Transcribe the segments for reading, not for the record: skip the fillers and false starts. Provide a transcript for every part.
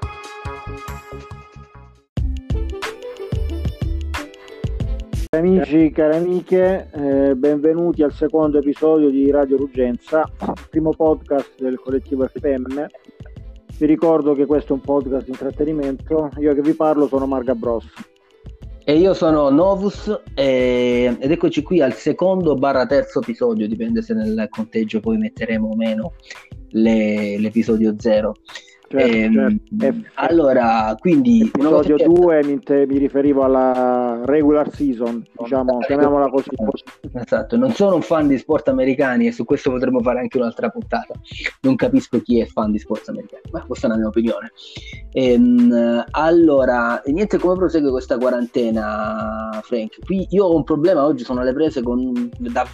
Amici, cari amiche, benvenuti al secondo episodio di Radio Ruggenza, primo podcast del collettivo FM. Vi ricordo che questo è un podcast di intrattenimento. Io che vi parlo sono Marga Bros. E io sono Novus ed eccoci qui al secondo/terzo episodio, dipende se nel conteggio poi metteremo o meno l'episodio 0. Certo. Allora, quindi episodio 2 mi riferivo alla regular season, diciamo, chiamiamola così. Esatto, non sono un fan di sport americani e su questo potremmo fare anche un'altra puntata. Non capisco chi è fan di sport americani, ma questa è la mia opinione. Allora, niente, come prosegue questa quarantena, Frank? Qui io ho un problema, oggi sono alle prese con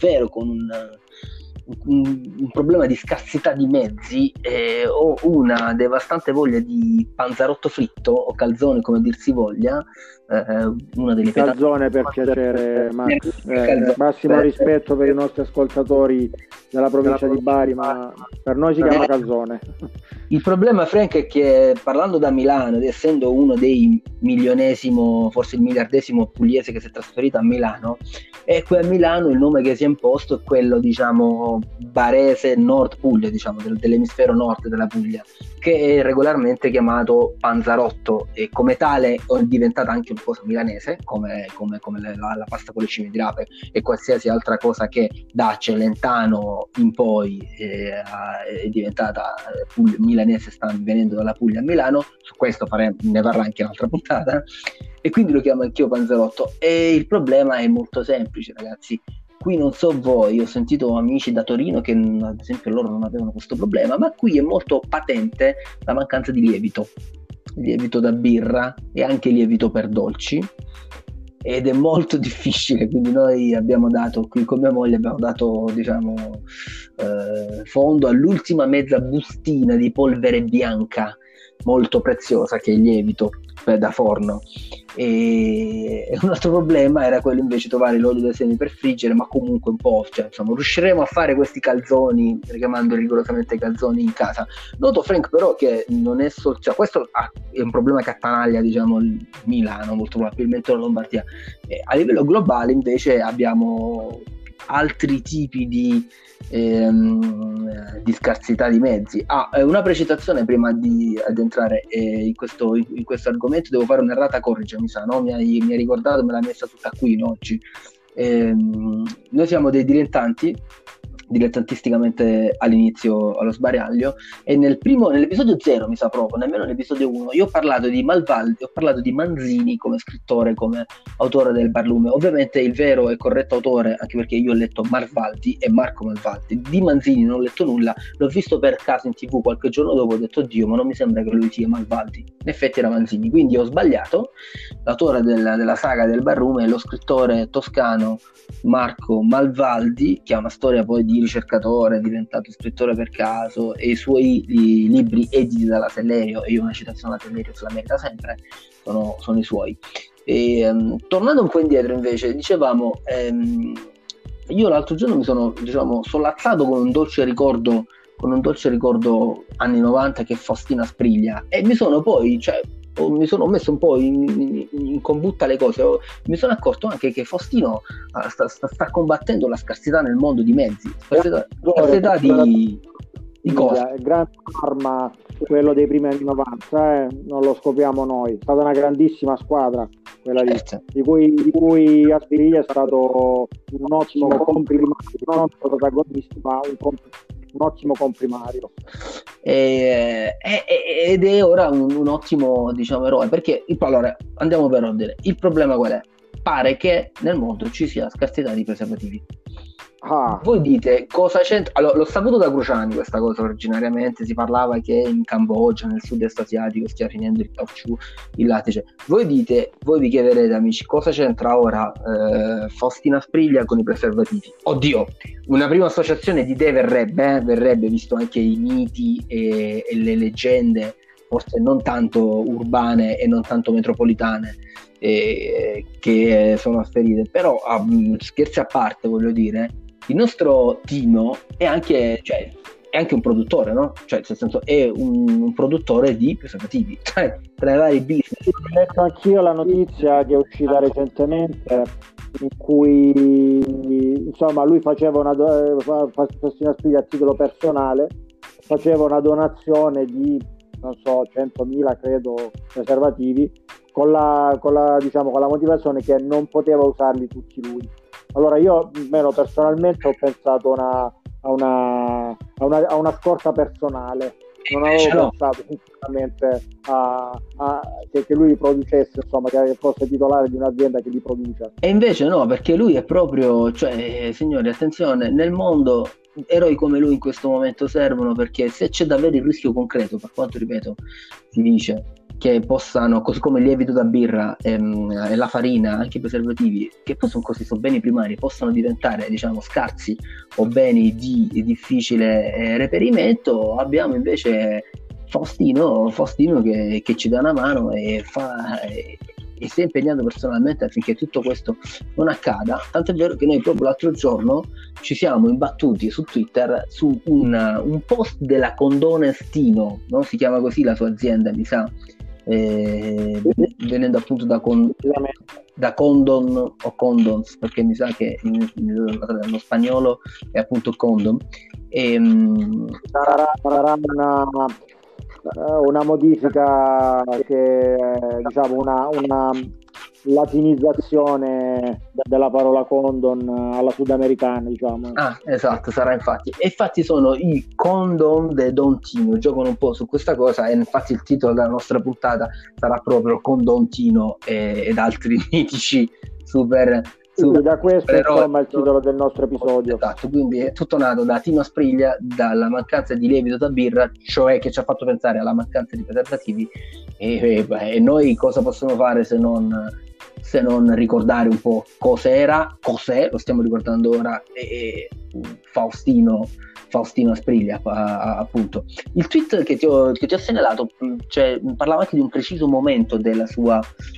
un problema di scarsità di mezzi, ho una devastante voglia di panzarotto fritto o calzone, come dir si voglia, una delle calzone per piacere, massimo rispetto per i nostri ascoltatori della provincia di Bari, ma per noi si chiama calzone. Il problema, Frank, è che parlando da Milano ed essendo uno dei milionesimo, forse il miliardesimo pugliese che si è trasferito a Milano, e qui a Milano il nome che si è imposto è quello, diciamo, barese Nord Puglia, diciamo, dell'emisfero nord della Puglia, che è regolarmente chiamato panzarotto, e come tale è diventata anche una cosa milanese, come la pasta con le cime di rape e qualsiasi altra cosa che da Celentano in poi è diventata milanese, sta venendo dalla Puglia a Milano. Su questo ne varrà anche un'altra puntata, e quindi lo chiamo anch'io panzarotto. E il problema è molto semplice, ragazzi. Qui non so voi, ho sentito amici da Torino che ad esempio loro non avevano questo problema, ma qui è molto patente la mancanza di lievito da birra e anche lievito per dolci, ed è molto difficile. Quindi noi abbiamo dato, qui con mia moglie abbiamo dato, diciamo, fondo all'ultima mezza bustina di polvere bianca molto preziosa, che è il lievito da forno. E un altro problema era quello invece trovare l'olio da semi per friggere, ma comunque un po', cioè, insomma, riusciremo a fare questi calzoni, richiamando rigorosamente calzoni, in casa. Noto, Frank, però, che non è solo, cioè, questo è un problema che attanaglia, diciamo, il Milano, molto probabilmente la Lombardia. A livello globale invece abbiamo altri tipi di scarsità di mezzi. Una precisazione prima di addentrare in questo argomento: devo fare un'errata corrige, mi sa, no? Mi hai ricordato, me l'ha messa su taccuino oggi. Noi siamo dei dilettantisticamente all'inizio allo sbaraglio, e nell'episodio 0, mi sa, proprio nemmeno nell'episodio 1, io ho parlato di Malvaldi, ho parlato di Manzini come scrittore, come autore del Barlume. Ovviamente il vero e corretto autore, anche perché io ho letto Malvaldi e Marco Malvaldi, di Manzini non ho letto nulla, l'ho visto per caso in TV qualche giorno dopo, ho detto oddio, ma non mi sembra che lui sia Malvaldi, in effetti era Manzini, quindi ho sbagliato. L'autore della saga del Barlume è lo scrittore toscano Marco Malvaldi, che ha una storia poi di ricercatore, è diventato scrittore per caso, e i suoi libri editi dalla Sellerio, e io una citazione alla Sellerio se la merita sempre, sono i suoi. Tornando un po' indietro invece, dicevamo, io l'altro giorno mi sono, diciamo, sollazzato con un dolce ricordo anni 90, che è Faustina Spriglia, e mi sono poi, mi sono messo un po' in combutta le cose. Mi sono accorto anche che Faustino sta combattendo la scarsità nel mondo di mezzi, scarsità di cose. Grande arma quello dei primi anni 90, non lo scopriamo noi. È stata una grandissima squadra quella lì, di cui Aspiriglia è stato un ottimo comprimario, non protagonista, ma un ottimo comprimario, ed è ora un ottimo, diciamo, eroe, perché allora andiamo per ordine. Il problema qual è? Pare che nel mondo ci sia scarsità di preservativi. Voi dite cosa c'entra? Allora, l'ho saputo da Cruciani questa cosa. Originariamente si parlava che in Cambogia, nel sud-est asiatico, stia finendo il caoutchouc, il lattice. Voi vi chiederete, amici, cosa c'entra ora Faustina Spriglia con i preservativi? Oddio, una prima associazione di idee verrebbe, visto anche i miti e le leggende, forse non tanto urbane e non tanto metropolitane, che sono asserite. Però, scherzi a parte, voglio dire, il nostro Tino è anche, è anche un produttore, no? Cioè, nel senso, è un produttore di preservativi, cioè, tra i vari business. Ho letto anch'io la notizia che è uscita recentemente, in cui insomma lui faceva Faustina Spiglia a titolo personale, faceva una donazione di, non so, 100.000 credo preservativi, con la motivazione che non poteva usarli tutti lui. Allora io, almeno personalmente, ho pensato a una scorta personale, non avevo pensato sinceramente che lui producesse, insomma, che fosse titolare di un'azienda che li produce. E invece no, perché lui è proprio, cioè, signori, attenzione, nel mondo eroi come lui in questo momento servono, perché se c'è davvero il rischio concreto, per quanto, ripeto, si dice che possano, così come il lievito da birra e la farina, anche i preservativi, che poi sono così, sono beni primari, possano diventare, diciamo, scarsi o beni di difficile reperimento, abbiamo invece Faustino che ci dà una mano e si è impegnato personalmente affinché tutto questo non accada. Tant'è vero che noi proprio l'altro giorno ci siamo imbattuti su Twitter su un post della Condonestino, no? Si chiama così la sua azienda, mi sa, venendo appunto da condon o condons, perché mi sa che lo spagnolo è appunto condom. Sarà una modifica che diciamo una latinizzazione della parola condon alla sudamericana, diciamo. Esatto, sarà infatti. E infatti sono i condom de Don Tino, giocano un po' su questa cosa, e infatti il titolo della nostra puntata sarà proprio Condon Tino ed altri mitici super da questo insomma il titolo del nostro episodio. Esatto, quindi è tutto nato da Tino Aspriglia, dalla mancanza di lievito da birra, cioè che ci ha fatto pensare alla mancanza di preservativi, e noi cosa possiamo fare se non ricordare un po' cos'è, lo stiamo ricordando ora, Faustino Aspriglia, appunto. Il tweet che ti ho segnalato, cioè, parlava anche di un preciso momento della sua,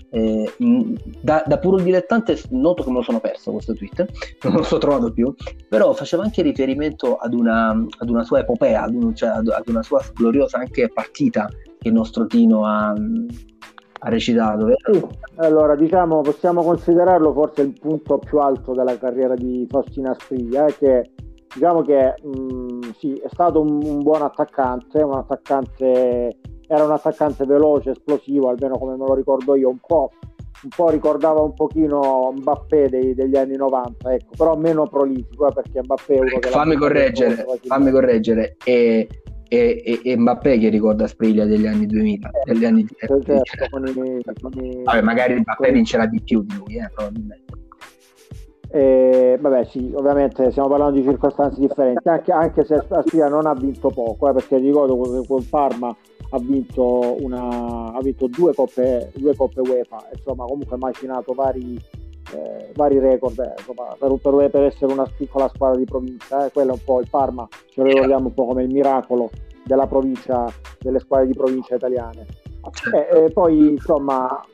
da puro dilettante noto che me lo sono perso questo tweet, non lo sto trovando più, però faceva anche riferimento ad una sua epopea, ad una sua gloriosa anche partita che il nostro Tino ha recitato, vero? Sì. Allora, diciamo, possiamo considerarlo forse il punto più alto della carriera di Faustino Aspriglia, che diciamo che sì, è stato un buon attaccante, era un attaccante veloce, esplosivo, almeno come me lo ricordo io, un po' ricordava un pochino Mbappé degli anni 90, ecco, però meno prolifico, perché Mbappé è uno che fammi correggere, e Mbappé che ricorda Aspriglia degli anni 2000, degli anni certo, vabbè, magari Mbappé vincerà di più di lui, probabilmente. Vabbè, sì, ovviamente stiamo parlando di circostanze differenti, anche se Aspriglia non ha vinto poco, perché ricordo che col Parma ha vinto due coppe UEFA, insomma, comunque ha macinato vari record, insomma, per essere una piccola squadra di provincia, quello è un po' il Parma, ce lo ricordiamo un po' come il miracolo della provincia, delle squadre di provincia italiane. Poi insomma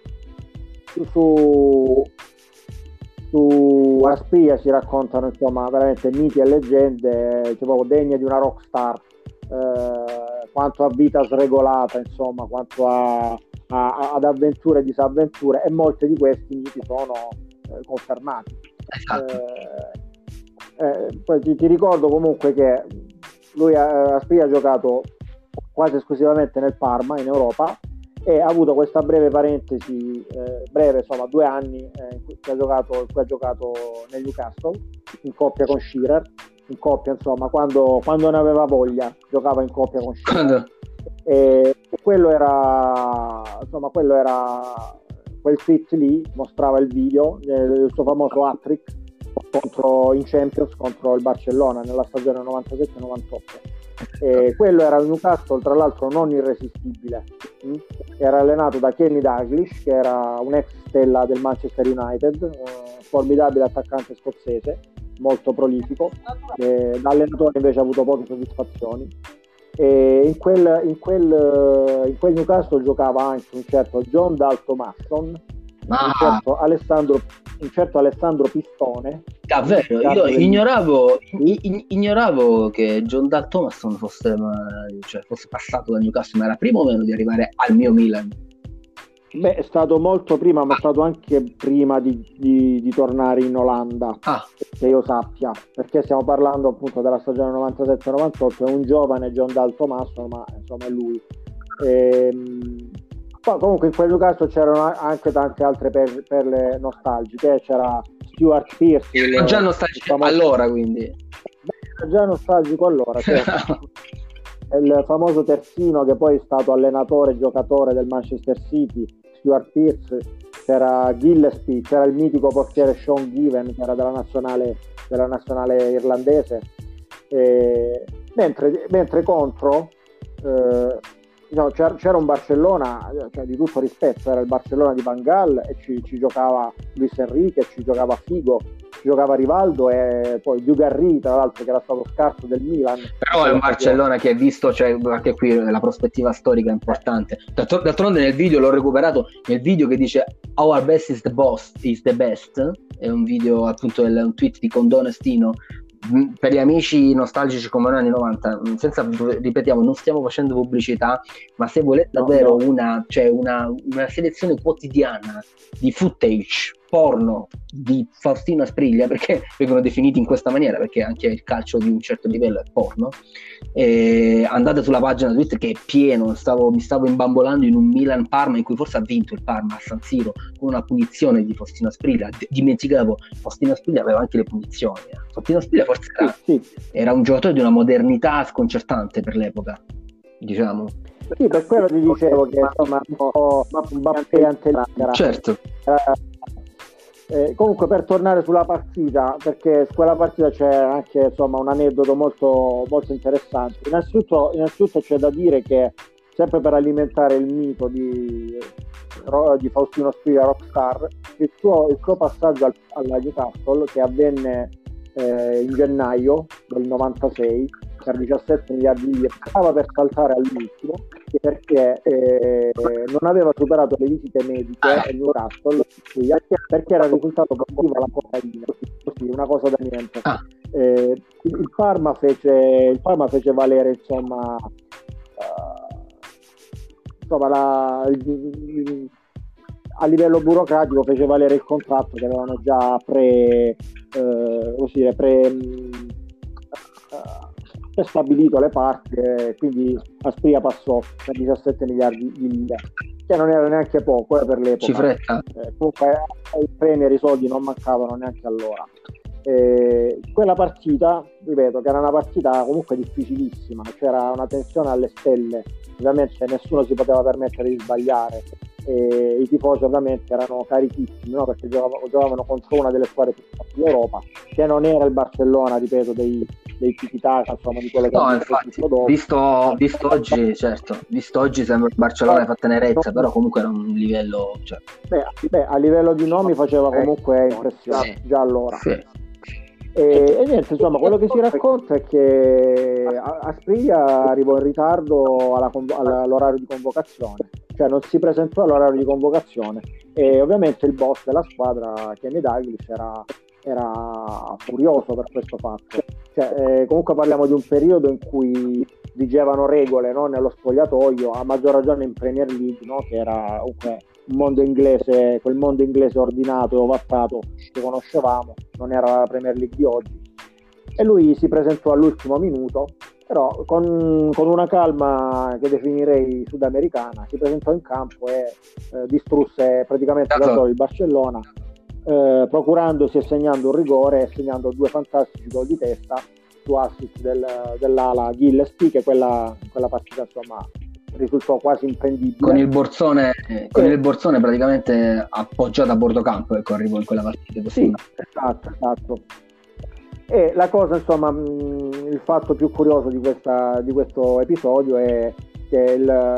su Aspriglia si raccontano insomma veramente miti e leggende, proprio degne di una rockstar, quanto a vita sregolata, insomma, quanto ad avventure e disavventure, e molti di questi miti sono confermati. Poi ti ricordo comunque che lui Aspriglia ha giocato quasi esclusivamente nel Parma, in Europa, e ha avuto questa breve parentesi, insomma 2 anni, in cui ha giocato nel Newcastle in coppia con Shearer, in coppia, insomma, quando ne aveva voglia giocava in coppia con Shearer. E quello era quel tweet lì, mostrava il video del suo famoso hat-trick in Champions contro il Barcellona nella stagione 97-98. Quello era il Newcastle, tra l'altro non irresistibile, era allenato da Kenny Dalglish, che era un ex stella del Manchester United, un formidabile attaccante scozzese, molto prolifico, da allenatore invece ha avuto poche soddisfazioni, e in quel Newcastle giocava anche un certo John Dalton Mason, un certo Alessandro Pistone. Davvero, io ignoravo che John Dal Thomasson fosse passato da Newcastle, ma era prima o meno di arrivare al mio Milan? Beh, è stato molto prima, ma è stato anche prima di tornare in Olanda, che io sappia, perché stiamo parlando appunto della stagione 97-98, è un giovane John Dal Thomasson, ma insomma è lui. Poi comunque in quel caso c'erano anche tante altre perle nostalgiche, c'era Stuart Pearce. Era già nostalgico allora, quindi. Era già nostalgico allora, certo. Il famoso terzino che poi è stato allenatore e giocatore del Manchester City, Stuart Pearce, c'era Gillespie, c'era il mitico portiere Sean Given che era della nazionale irlandese, mentre contro c'era un Barcellona, cioè, di tutto rispetto, era il Barcellona di Van Gaal e ci giocava Luis Enrique, ci giocava Figo, ci giocava Rivaldo e poi Dugarry, tra l'altro, che era stato scarso del Milan. Però è un Barcellona che è visto, cioè anche qui la prospettiva storica è importante. D'altronde nel video l'ho recuperato, nel video che dice "Our best is the best", è un video, appunto, un tweet di Condonestino. Per gli amici nostalgici come noi anni 90, ripetiamo, non stiamo facendo pubblicità, ma se volete davvero una selezione quotidiana di footage porno di Faustino Aspriglia, perché vengono definiti in questa maniera, perché anche il calcio di un certo livello è porno, andate sulla pagina Twitter che è pieno. Mi stavo imbambolando in un Milan-Parma in cui forse ha vinto il Parma a San Siro con una punizione di Faustino Aspriglia. Dimenticavo, Faustino Aspriglia aveva anche le punizioni. Faustino Aspriglia forse era un giocatore di una modernità sconcertante per l'epoca, diciamo. Sì, per quello ti dicevo che insomma un po' Mbappé antelata. Certo. Comunque, per tornare sulla partita, perché su quella partita c'è anche insomma un aneddoto molto, molto interessante. Innanzitutto c'è da dire che, sempre per alimentare il mito di Faustino Aspriglia Rockstar, il suo passaggio alla Newcastle, che avvenne in gennaio del 96 per 17 miliardi di euro, stava per saltare all'ultimo perché non aveva superato le visite mediche a Newcastle, perché era risultato positivo alla cocaina, così, una cosa da niente. Il Parma fece valere insomma a livello burocratico fece valere il contratto che avevano già stabilito le parti, quindi Aspriglia passò per 17 miliardi di lire, che non era neanche poco per l'epoca. Cifretta. Comunque ai Premier i soldi non mancavano neanche allora. Quella partita, ripeto, che era una partita comunque difficilissima, c'era una tensione alle stelle, ovviamente nessuno si poteva permettere di sbagliare, i tifosi ovviamente erano carichissimi, no? Perché giocavano contro una delle squadre più forti d'Europa, che non era il Barcellona, ripeto, dei tiki-taka, insomma, di quello che infatti, visto oggi sembra il Barcellona fa tenerezza, però comunque era un livello, cioè. A livello di nomi faceva comunque impressione, già allora. Sì. E niente, insomma, quello che si racconta è che Aspriglia arrivò in ritardo all'orario di convocazione, cioè non si presentò all'orario di convocazione, e ovviamente il boss della squadra, Kenny Dalglish, era furioso per questo fatto. Comunque parliamo di un periodo in cui vigevano regole, no? Nello spogliatoio, a maggior ragione in Premier League, no? Che era comunque un mondo inglese, quel mondo inglese ordinato e ovattato che conoscevamo, non era la Premier League di oggi. E lui si presentò all'ultimo minuto, però con una calma che definirei sudamericana, si presentò in campo e distrusse praticamente da solo il Barcellona, procurandosi e segnando un rigore e segnando 2 fantastici gol di testa su assist dell'ala Gillespie, che quella partita insomma risultò quasi imprendibile. Con il borsone praticamente appoggiato a bordo campo, ecco, arrivò in quella partita così. Sì, esatto. E la cosa, insomma, il fatto più curioso di questo episodio è che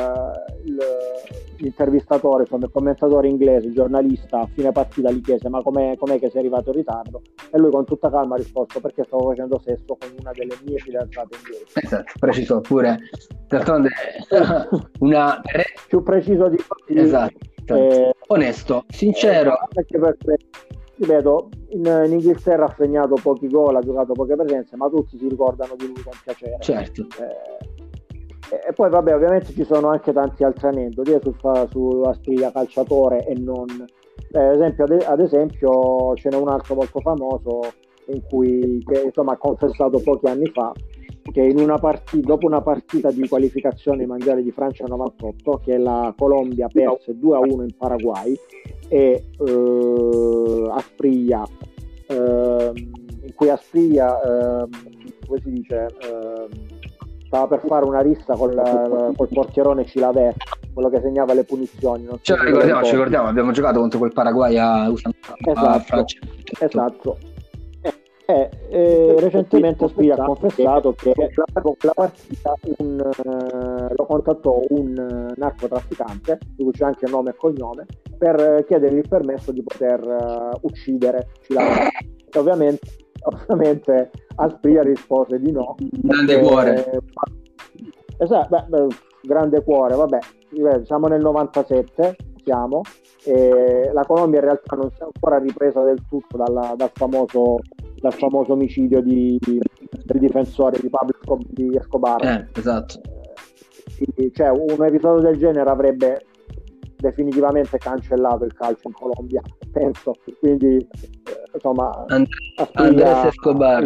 l'intervistatore, insomma il commentatore inglese, il giornalista, a fine partita gli chiese: ma com'è che sei arrivato in ritardo? E lui con tutta calma ha risposto: perché stavo facendo sesso con una delle mie fidanzate inglesi. Esatto, preciso pure, d'altronde più preciso di così. Esatto. Onesto, sincero. Anche perché, ripeto, in Inghilterra ha segnato pochi gol, ha giocato poche presenze, ma tutti si ricordano di lui con piacere. Certo. E poi vabbè, ovviamente ci sono anche tanti altri aneddoti su Asprilla calciatore e non. Ad esempio ce n'è un altro molto famoso in cui insomma ha confessato pochi anni fa che dopo una partita di qualificazione ai mondiali di Francia 98, che la Colombia perse 2-1 in Paraguay, e Asprilla, in cui Asprilla, come si dice, stava per fare una rissa col portierone Chilavert, quello che segnava le punizioni. Non so, ci ricordiamo, abbiamo giocato contro quel Paraguay a Francia. Esatto. Recentemente Asprilla ha confessato che dopo la partita lo contattò un narcotrafficante, di cui c'è anche nome e cognome, per chiedergli il permesso di poter uccidere Chilavert. E ovviamente Asprilla rispose di no. Grande cuore. Esatto, grande cuore, vabbè, siamo nel 97, la Colombia in realtà non si è ancora ripresa del tutto dal famoso omicidio del difensore di Pablo Escobar. Esatto. Cioè, un episodio del genere avrebbe definitivamente cancellato il calcio in Colombia, penso. Quindi insomma, Andrés Escobar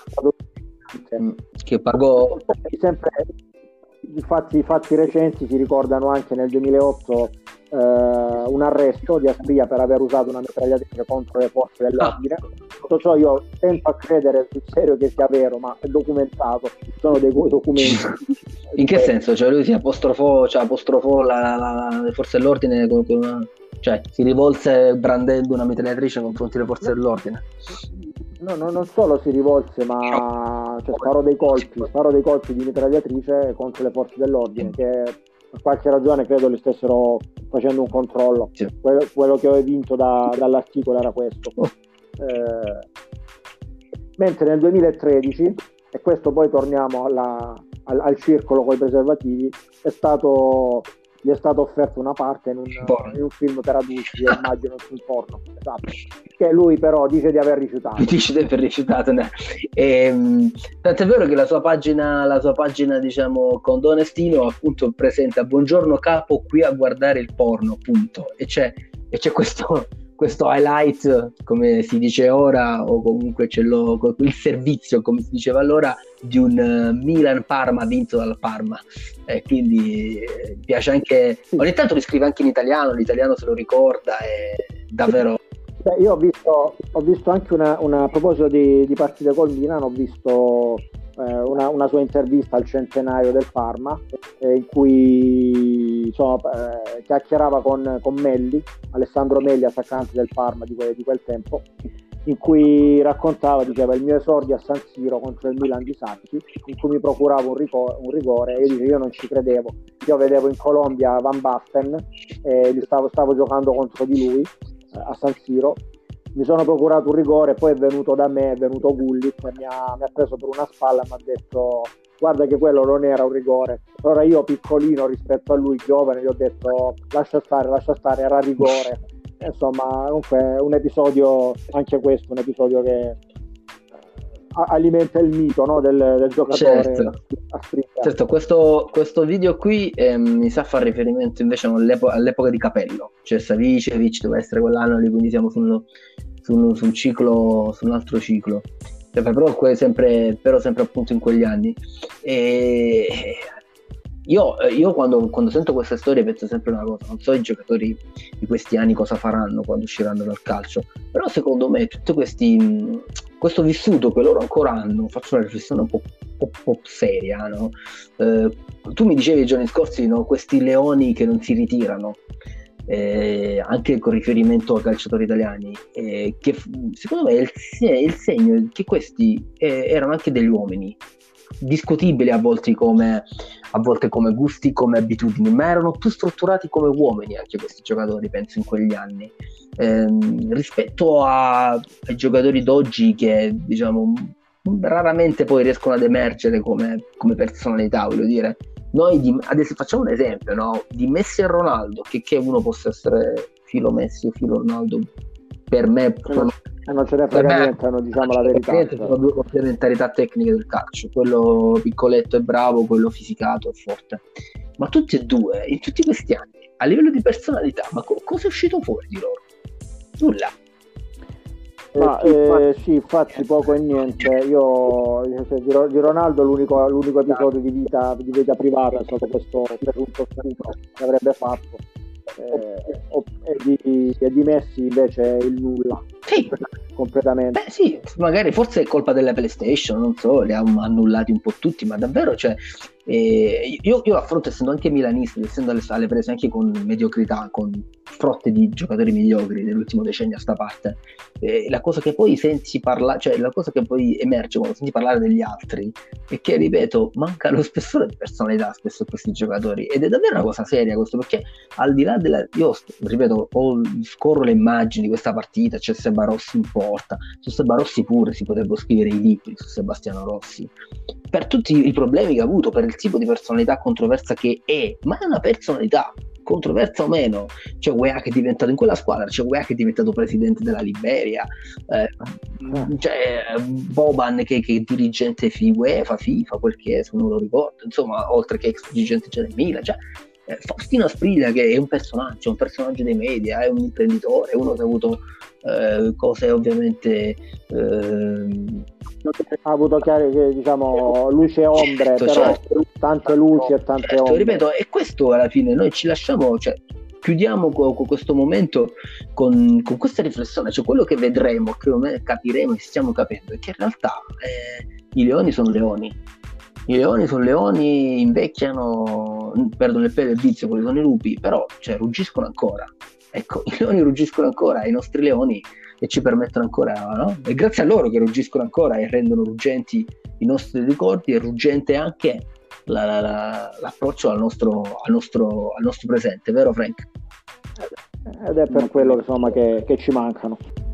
che pagò sempre. I fatti recenti ci ricordano anche nel 2008 un arresto di Asprilla per aver usato una mitragliatrice contro le forze dell'ordine. Tutto ciò io tento a credere sul serio che sia vero, ma è documentato, sono dei documenti. In che senso? Cioè lui si apostrofò le forze dell'ordine con una... cioè si rivolse brandendo una mitragliatrice nei confronti delle forze dell'ordine? No, non solo si rivolse, ma sparò dei colpi di mitragliatrice contro le forze dell'ordine, che per qualche ragione credo li stessero facendo un controllo. Sì. Quello che ho vinto dall'articolo era questo. Mentre nel 2013, e questo poi torniamo al circolo con i preservativi, gli è stato offerto una parte in un film per adulti, immagino sul porno, esatto, che lui però dice di aver rifiutato. Tant'è vero che la sua pagina diciamo con Donestino appunto presenta: buongiorno capo, qui a guardare il porno, punto, e c'è questo highlight, come si dice ora, o comunque il servizio, come si diceva allora, di un Milan-Parma vinto dal Parma. Quindi piace anche, ogni tanto li scrive anche in italiano, l'italiano se lo ricorda, è davvero... Io ho visto anche a proposito di partite col Milan, ho visto una sua intervista al centenario del Parma, in cui chiacchierava con Melli, Alessandro Melli, attaccante del Parma di quel tempo, in cui diceva il mio esordio a San Siro contro il Milan di Sacchi, in cui mi procuravo un rigore, e io non ci credevo. Io vedevo in Colombia Van Basten e stavo giocando contro di lui a San Siro, mi sono procurato un rigore, poi è venuto Gullit e mi ha preso per una spalla e mi ha detto: guarda che quello non era un rigore. Allora io, piccolino rispetto a lui, giovane, gli ho detto lascia stare, era rigore. Insomma, comunque un episodio, anche questo, un episodio che alimenta il mito, no, del giocatore. Certo, questo video qui mi sa fare riferimento invece all'epoca di Capello, cioè Savicevic doveva essere quell'anno lì, quindi siamo su un altro ciclo, però sempre appunto in quegli anni. E io quando sento queste storie penso sempre una cosa: non so i giocatori di questi anni cosa faranno quando usciranno dal calcio, però secondo me tutto questo vissuto che loro ancora hanno, faccio una riflessione un po' seria, no? Tu mi dicevi i giorni scorsi, no? Questi leoni che non si ritirano, anche con riferimento ai calciatori italiani, che secondo me è il segno che questi erano anche degli uomini discutibili a volte come gusti, come abitudini, ma erano più strutturati come uomini anche questi giocatori, penso, in quegli anni, rispetto ai giocatori d'oggi che diciamo raramente poi riescono ad emergere come personalità, voglio dire. Noi adesso facciamo un esempio, no? Di Messi e Ronaldo, che uno possa essere filo Messi o filo Ronaldo, per me non ce ne frega niente, diciamo la verità. Sono due complementarità tecniche del calcio, quello piccoletto e bravo, quello fisicato e forte. Ma tutti e due, in tutti questi anni, a livello di personalità, ma cosa è uscito fuori di loro? Nulla. Sì, infatti poco e niente. Io di Ronaldo l'unico episodio di vita privata è stato questo presunto stupro che avrebbe fatto, e di Messi invece il nulla. Sì. Completamente. Beh sì, magari forse è colpa della PlayStation, non so, li ha annullati un po' tutti, ma davvero, cioè, io affronto, essendo anche milanista, essendo alle prese anche con mediocrità, con frotte di giocatori mediocri dell'ultimo decennio a sta parte, la cosa che poi senti parlare, cioè la cosa che poi emerge quando senti parlare degli altri è che, ripeto, manca lo spessore di personalità spesso a questi giocatori, ed è davvero una cosa seria questo, perché al di là io ripeto, scorro le immagini di questa partita, c'è Seba Rossi in porta, su Seba Rossi pure si potrebbero scrivere i libri su Sebastiano Rossi, per tutti i problemi che ha avuto, per il tipo di personalità controversa che è, ma è una personalità controversa o meno. C'è Weah che è diventato in quella squadra, c'è Weah che è diventato presidente della Liberia, c'è Boban che è dirigente UEFA, FIFA, quel che è, se non lo ricordo, insomma, oltre che ex dirigente del Milan, cioè Faustino Asprilla che è un personaggio dei media, è un imprenditore, uno che ha avuto cose ovviamente ha avuto chiare, diciamo, luce e ombre, certo, però certo, tante luci e tante ombre. Ripeto, e questo alla fine noi ci lasciamo, cioè chiudiamo con questo momento con questa riflessione, cioè quello che vedremo, che capiremo e stiamo capendo è che in realtà i leoni sono leoni. I leoni sono leoni, invecchiano, perdono il pelo e il vizio, quelli sono i lupi, però cioè, ruggiscono ancora. Ecco, i leoni ruggiscono ancora, i nostri leoni, e ci permettono ancora, no? È grazie a loro che ruggiscono ancora e rendono ruggenti i nostri ricordi, e ruggente anche l'approccio al nostro presente, vero Frank? Ed è per quello insomma che ci mancano.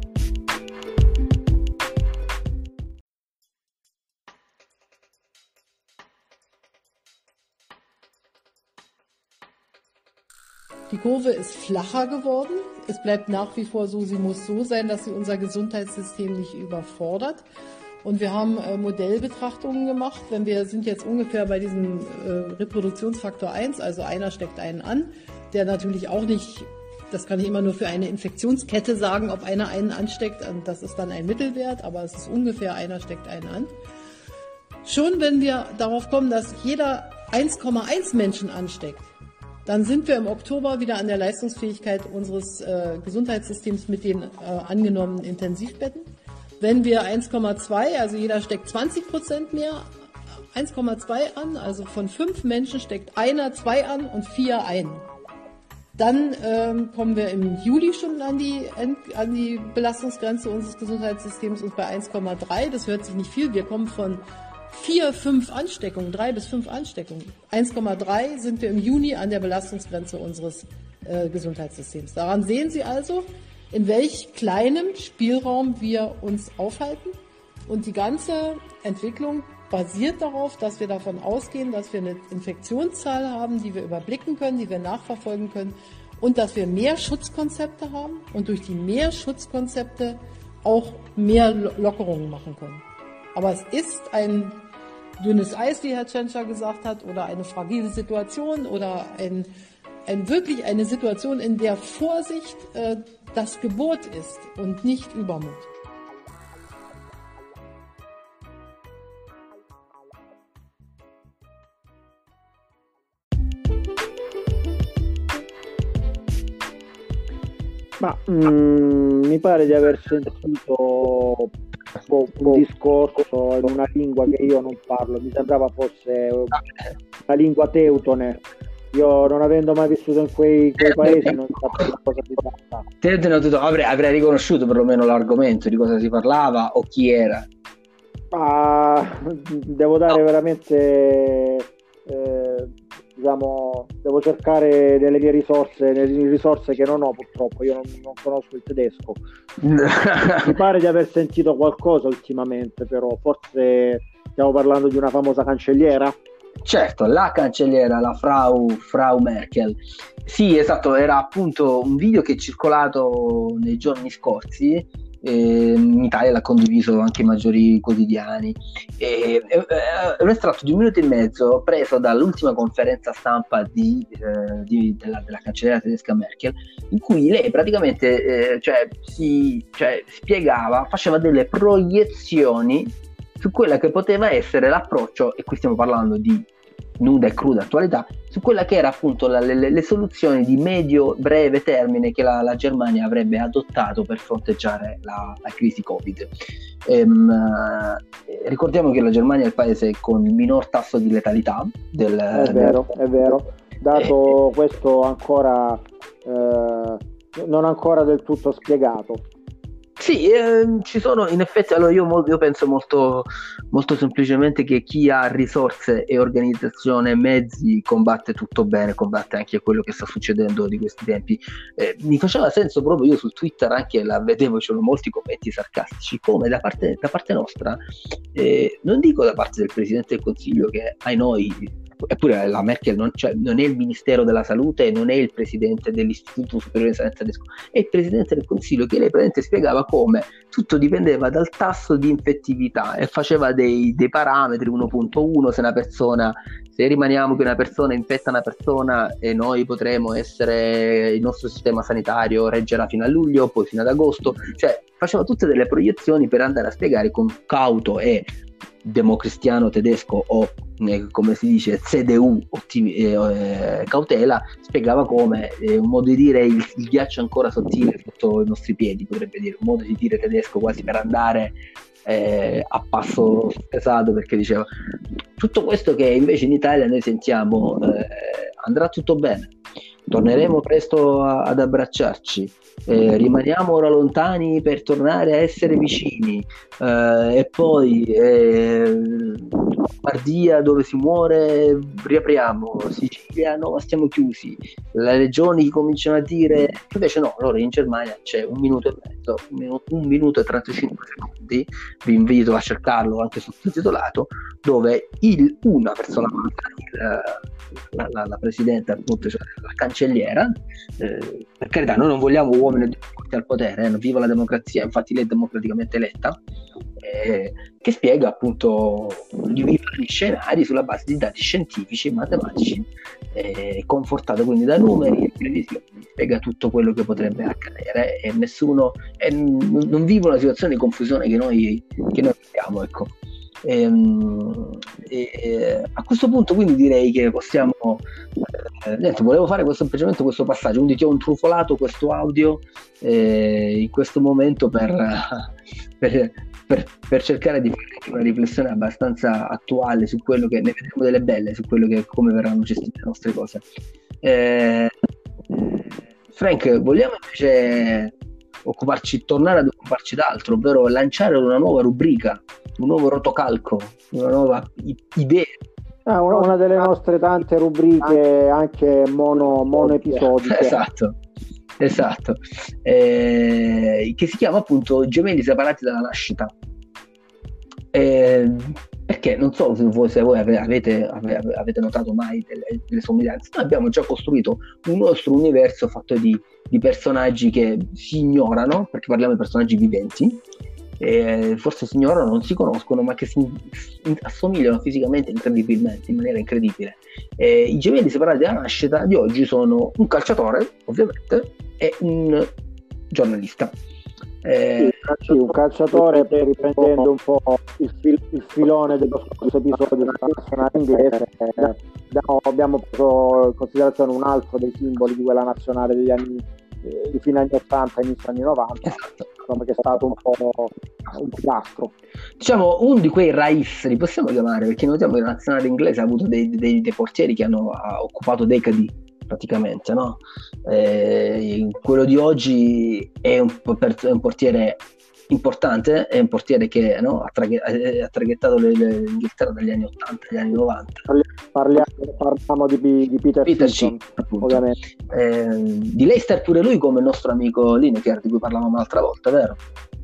Die Kurve ist flacher geworden. Es bleibt nach wie vor so, sie muss so sein, dass sie unser Gesundheitssystem nicht überfordert. Und wir haben Modellbetrachtungen gemacht. Wir sind jetzt ungefähr bei diesem Reproduktionsfaktor 1, also einer steckt einen an, der natürlich auch nicht, das kann ich immer nur für eine Infektionskette sagen, ob einer einen ansteckt, das ist dann ein Mittelwert, aber es ist ungefähr einer steckt einen an. Schon wenn wir darauf kommen, dass jeder 1,1 Menschen ansteckt, dann sind wir im Oktober wieder an der Leistungsfähigkeit unseres Gesundheitssystems mit den angenommenen Intensivbetten. Wenn wir 1,2, also jeder steckt 20% mehr, 1,2 an, also von 5 Menschen steckt einer 2 an und 4 ein. Dann kommen wir im Juli schon an die Belastungsgrenze unseres Gesundheitssystems und bei 1,3, das hört sich nicht viel, wir kommen von 4, 5 Ansteckungen, 3 bis 5 Ansteckungen. 1,3 sind wir im Juni an der Belastungsgrenze unseres Gesundheitssystems. Daran sehen Sie also, in welch kleinem Spielraum wir uns aufhalten. Und die ganze Entwicklung basiert darauf, dass wir davon ausgehen, dass wir eine Infektionszahl haben, die wir überblicken können, die wir nachverfolgen können und dass wir mehr Schutzkonzepte haben und durch die mehr Schutzkonzepte auch mehr Lockerungen machen können. Aber es ist ein dünnes Eis, wie Herr Tschentscher gesagt hat, oder eine fragile Situation oder wirklich eine Situation, in der Vorsicht das Gebot ist und nicht Übermut. Ma mi pare di aver sentito un discorso in una lingua che io non parlo, mi sembrava fosse una lingua teutone. Io non avendo mai vissuto in quei paesi non sapevo cosa si tratta. Avrei riconosciuto perlomeno l'argomento, di cosa si parlava o chi era. Devo dare veramente diciamo, devo cercare nelle mie risorse che non ho purtroppo, io non conosco il tedesco. Mi pare di aver sentito qualcosa ultimamente, però forse stiamo parlando di una famosa cancelliera. Certo, la cancelliera, la Frau Merkel. Sì, esatto, era appunto un video che è circolato nei giorni scorsi, in Italia l'ha condiviso anche i maggiori quotidiani. È un estratto di 1 minuto e mezzo preso dall'ultima conferenza stampa della cancelliera tedesca Merkel, in cui lei praticamente spiegava, faceva delle proiezioni su quella che poteva essere l'approccio, e qui stiamo parlando di nuda e cruda attualità, su quella che era appunto le soluzioni di medio-breve termine che la Germania avrebbe adottato per fronteggiare la crisi Covid. Ricordiamo che la Germania è il paese con il minor tasso di letalità è vero. Dato questo ancora non ancora del tutto spiegato. Sì, ci sono in effetti, allora io penso molto, molto semplicemente che chi ha risorse e organizzazione e mezzi combatte tutto bene, combatte anche quello che sta succedendo di questi tempi. Mi faceva senso proprio, io su Twitter anche la vedevo, c'erano molti commenti sarcastici, come da parte nostra, non dico da parte del Presidente del Consiglio, che ai noi, eppure la Merkel non è il Ministero della Salute, non è il Presidente dell'Istituto Superiore di Sanità tedesco, è il Presidente del Consiglio, che lei praticamente spiegava come tutto dipendeva dal tasso di infettività e faceva dei parametri, 1.1, se rimaniamo che una persona infetta una persona e noi potremo essere, il nostro sistema sanitario reggerà fino a luglio, poi fino ad agosto, cioè faceva tutte delle proiezioni per andare a spiegare con cauto e democristiano tedesco, o come si dice CDU cautela, spiegava come un modo di dire il ghiaccio ancora sottile sotto i nostri piedi, potrebbe dire, un modo di dire tedesco quasi per andare a passo pesato, perché diceva tutto questo che invece in Italia noi sentiamo andrà tutto bene, torneremo presto ad abbracciarci, rimaniamo ora lontani per tornare a essere vicini, e poi Lombardia dove si muore riapriamo, Sicilia no ma stiamo chiusi, le regioni cominciano a dire, invece no, allora in Germania c'è 1 minuto e mezzo, 1 minuto e 35 secondi, vi invito a cercarlo anche sottotitolato, dove una persona, la presidente appunto, cioè la cancelliera, per carità noi non vogliamo uomini al potere, viva la democrazia, infatti lei è democraticamente eletta, che spiega appunto gli scenari sulla base di dati scientifici e matematici, confortato quindi da numeri e previsioni, spiega tutto quello che potrebbe accadere, e nessuno non vive una situazione di confusione che noi abbiamo, ecco. A questo punto quindi direi che possiamo volevo fare semplicemente questo passaggio, quindi ti ho intrufolato questo audio in questo momento per cercare di fare una riflessione abbastanza attuale su quello che ne vedremo delle belle, su quello che come verranno gestite le nostre cose. Frank, vogliamo invece tornare ad occuparci d'altro, ovvero lanciare una nuova rubrica, un nuovo rotocalco, una nuova idea. Una delle nostre tante rubriche anche mono episodiche. Esatto. Che si chiama appunto Gemelli separati dalla nascita. Perché non so se voi avete notato mai delle somiglianze. Noi abbiamo già costruito un nostro universo fatto di personaggi che si ignorano, perché parliamo di personaggi viventi, forse si ignorano, non si conoscono, ma che si assomigliano fisicamente incredibilmente, in maniera incredibile. I gemelli separati dalla nascita di oggi sono un calciatore, ovviamente, e un giornalista. Sì, un calciatore, riprendendo un po' il filone dello scorso episodio della nazionale inglese, abbiamo preso in considerazione un altro dei simboli di quella nazionale degli anni di fine anni 80 inizio anni 90, insomma, che è stato un po' un pilastro, diciamo uno di quei Raif, li possiamo chiamare, perché notiamo che la nazionale inglese ha avuto dei portieri che hanno occupato decadi praticamente, no? Quello di oggi è un portiere importante, è un portiere che ha traghettato l'Inghilterra dagli anni 80 agli anni 90. Parliamo di Peter Sheen, ovviamente. Di Leicester pure lui, come il nostro amico Lineker, di cui parlavamo l'altra volta, vero?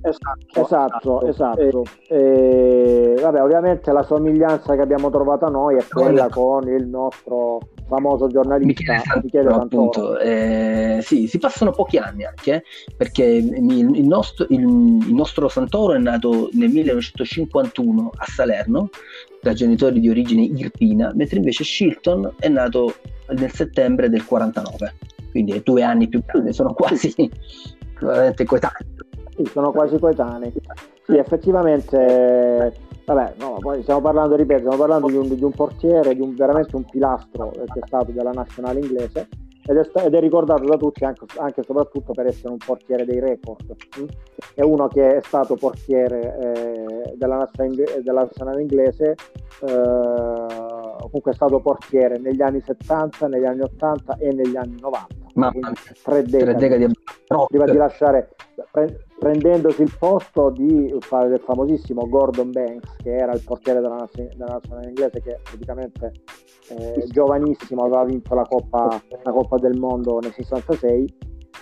Esatto. Vabbè, ovviamente la somiglianza che abbiamo trovato noi è quella con il nostro famoso giornalista Michele Santoro. Sì, si passano pochi anni anche, perché il nostro Santoro è nato nel 1951 a Salerno da genitori di origine irpina, mentre invece Shilton è nato nel settembre del 49, quindi è 2 anni più grande, sono quasi veramente coetanei. Sì, sono quasi coetanei. Sì, effettivamente. Vabbè, no, poi stiamo parlando di un portiere, veramente un pilastro che è stato della nazionale inglese ed è ricordato da tutti anche e soprattutto per essere un portiere dei record. È uno che è stato portiere della nazionale inglese, comunque è stato portiere negli anni 70, negli anni 80 e negli anni 90. Tre decadi prima di lasciare, prendendosi il posto del famosissimo Gordon Banks, che era il portiere della nazionale inglese, che praticamente giovanissimo aveva vinto la Coppa del Mondo nel 66.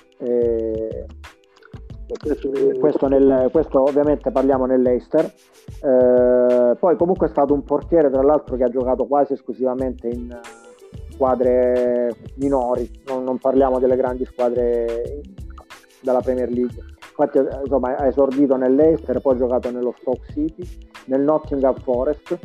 Questo ovviamente parliamo nell'Leicester. Poi comunque è stato un portiere, tra l'altro, che ha giocato quasi esclusivamente in squadre minori, non parliamo delle grandi squadre della Premier League. Infatti, insomma, ha esordito nell'Leicester, poi ha giocato nello Stoke City, nel Nottingham Forest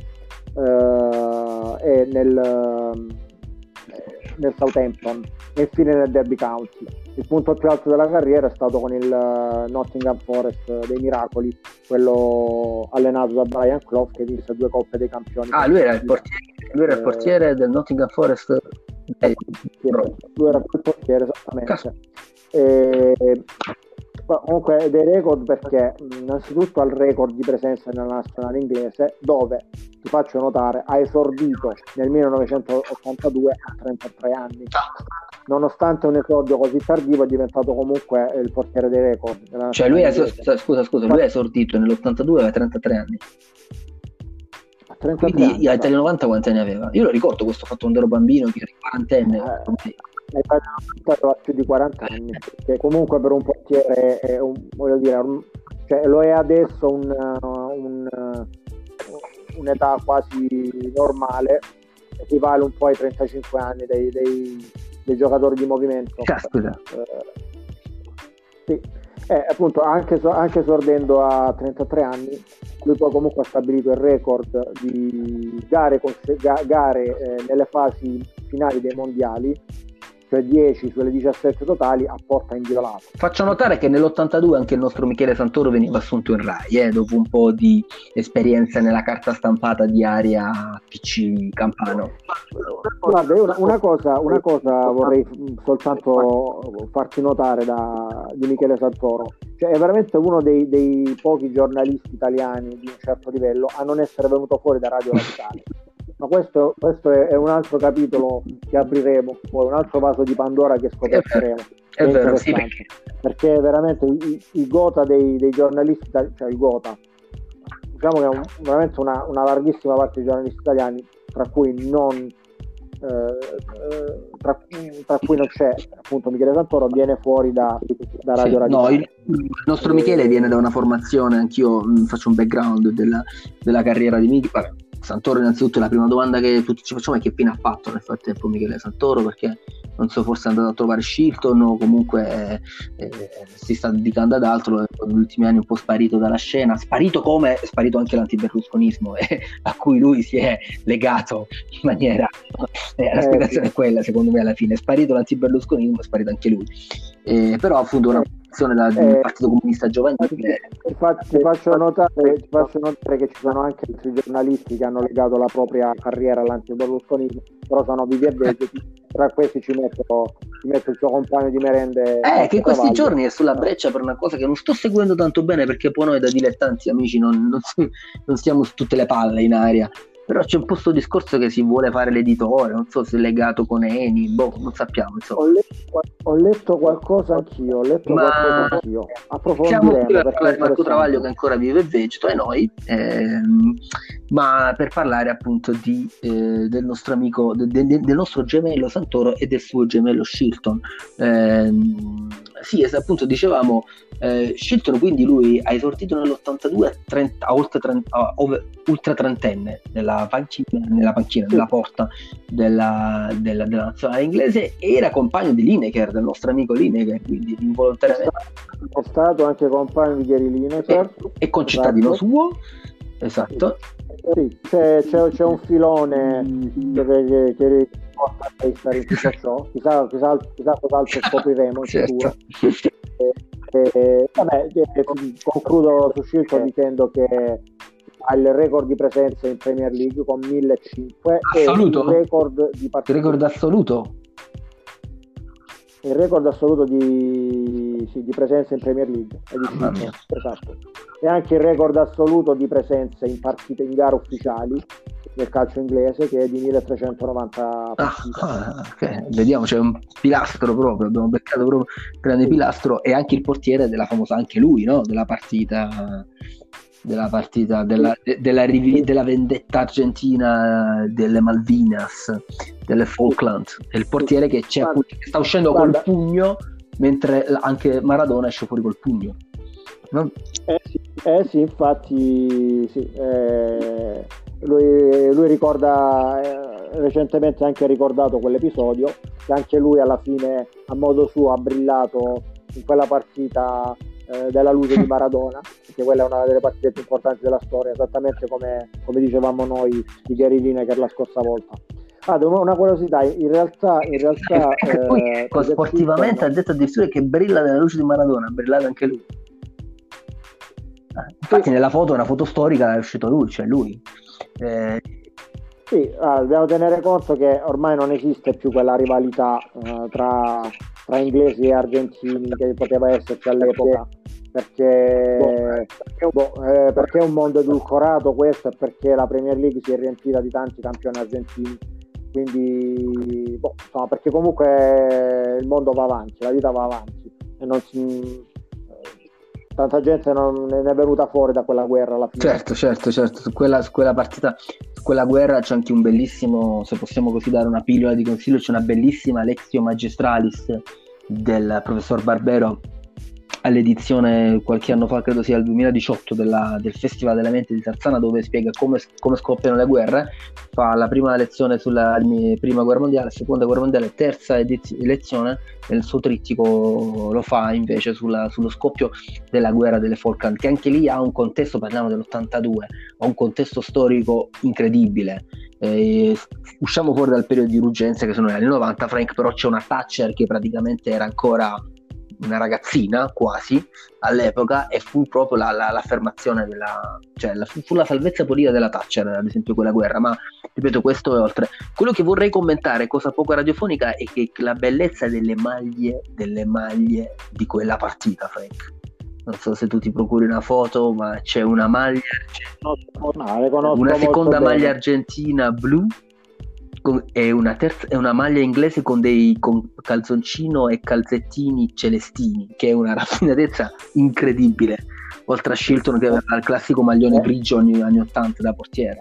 e nel Southampton e infine nel Derby County. Il punto più alto della carriera è stato con il Nottingham Forest dei Miracoli, quello allenato da Brian Clough, che vinse 2 Coppe dei Campioni. Lui era il portiere del Nottingham Forest. Lui era il portiere, esattamente. Comunque dei record, perché innanzitutto ha il record di presenza nella nazionale inglese, dove, ti faccio notare, ha esordito nel 1982 a 33 anni. Nonostante un esordio così tardivo, è diventato comunque il portiere dei record. Cioè lui lui è esordito nell'82 aveva 33 anni. Quindi agli anni 90 quanti anni aveva? Io lo ricordo questo fatto quando ero bambino, che era 40enne. Aveva più di 40 anni, che comunque per un portiere è voglio dire, cioè lo è adesso un'età quasi normale, equivale un po' ai 35 anni dei giocatori di movimento. Caspita. Sì. Appunto, anche esordendo a 33 anni, lui poi comunque ha stabilito il record di gare nelle fasi finali dei mondiali, cioè 10 sulle 17 totali a porta inviolata. Faccio notare che nell'82 anche il nostro Michele Santoro veniva assunto in Rai, dopo un po' di esperienza nella carta stampata di area PC Campano. Guarda, io una cosa vorrei soltanto farti notare di Michele Santoro, cioè è veramente uno dei pochi giornalisti italiani di un certo livello a non essere venuto fuori da Radio Radicale. Ma questo è un altro capitolo che apriremo, poi un altro vaso di Pandora che scopriremo. È vero, sì, perché veramente il gota dei giornalisti, cioè il gota, diciamo che è veramente una larghissima parte dei giornalisti italiani, tra cui non c'è appunto Michele Santoro, viene fuori da Radio Radicale. No, il nostro Michele viene da una formazione, anch'io faccio un background della carriera di Michele. Santoro, innanzitutto la prima domanda che tutti ci facciamo è che fine ha fatto nel frattempo Michele Santoro, perché non so, forse è andato a trovare Shilton o comunque si sta dedicando ad altro, negli ultimi anni un po' sparito dalla scena, sparito anche l'antiberlusconismo a cui lui si è legato in maniera la spiegazione è quella, secondo me, alla fine è sparito l'antiberlusconismo, è sparito anche lui, però appunto una dal Partito Comunista Giovanile. Ti faccio notare che ci sono anche altri giornalisti che hanno legato la propria carriera all'antiberlusconismo, però sono vivi e vegeti. Tra questi ci metto il suo compagno di merende, che in questi giorni è sulla breccia per una cosa che non sto seguendo tanto bene, perché poi noi da dilettanti amici non stiamo su tutte le palle in aria. Però c'è un po' sto discorso che si vuole fare l'editore, non so se è legato con Eni, non sappiamo, insomma. Ho letto qualcosa anch'io, Siamo qui approfondiremo, per parlare di Marco Travaglio, che ancora vive e vegeto, e noi, ma per parlare appunto del nostro amico, del nostro gemello Santoro e del suo gemello Shilton. sì, appunto dicevamo, Shilton quindi lui ha esordito nell'82 ultra trentenne nella panchina, nella porta della nazionale inglese, e era compagno di Lineker, del nostro amico Lineker, quindi involontariamente è stato anche compagno di Gary Lineker e concittadino suo, esatto. Sì, c'è un filone che porta a stare in tutto ciò, chissà cos'altro scopriremo in certo. futuro. Concludo su Shilton dicendo che ha il record di presenza in Premier League con 1.500 assoluto? E il record di partite. Il record assoluto? Il record assoluto di presenza in Premier League è di Shilton, esatto. E anche il record assoluto di presenze in partite, in gare ufficiali nel calcio inglese, che è di 1.390 partite. Okay. Vediamo, c'è un pilastro proprio, abbiamo beccato proprio un grande pilastro, e anche il portiere della famosa, anche lui, no? Della vendetta argentina delle Malvinas, delle Falkland, è il portiere che che sta uscendo col pugno, mentre anche Maradona esce fuori col pugno, no? Sì, infatti sì, lui ricorda, recentemente ha anche ricordato quell'episodio, che anche lui alla fine a modo suo ha brillato in quella partita della luce di Maradona, perché quella è una delle partite più importanti della storia, esattamente come dicevamo noi di Gary Lineker la scorsa volta. Una curiosità, in realtà poi sportivamente ha detto addirittura che brilla nella luce di Maradona, ha brillato anche lui. Infatti nella foto, una foto storica, è uscito lui, cioè lui. Sì, dobbiamo tenere conto che ormai non esiste più quella rivalità tra inglesi e argentini che poteva esserci all'epoca, perché è un mondo edulcorato questo, e perché la Premier League si è riempita di tanti campioni argentini, quindi perché comunque il mondo va avanti, la vita va avanti, e tanta gente non è venuta fuori da quella guerra alla fine. Certo, su quella partita, su quella guerra c'è anche un bellissimo, se possiamo così dare una pillola di consiglio, c'è una bellissima Lectio Magistralis del professor Barbero all'edizione qualche anno fa, credo sia il 2018, del Festival della Mente di Tarzana, dove spiega come scoppiano le guerre. Fa la prima lezione sulla prima guerra mondiale, seconda guerra mondiale, terza lezione, e il suo trittico lo fa invece sullo scoppio della guerra delle Falkland, che anche lì ha un contesto, parliamo dell'82, ha un contesto storico incredibile. Usciamo fuori dal periodo di urgenza, che sono gli anni 90, Frank, però c'è una Thatcher che praticamente era ancora una ragazzina quasi all'epoca, e fu proprio l'affermazione fu la salvezza politica della Thatcher, ad esempio, quella guerra. Ma ripeto, questo è oltre. Quello che vorrei commentare, cosa poco radiofonica, è che la bellezza delle maglie di quella partita, Frank, non so se tu ti procuri una foto, ma c'è una maglia, una seconda maglia argentina blu e una maglia inglese con calzoncino e calzettini celestini, che è una raffinatezza incredibile, oltre a Shilton che aveva il classico maglione grigio anni 80 da portiere.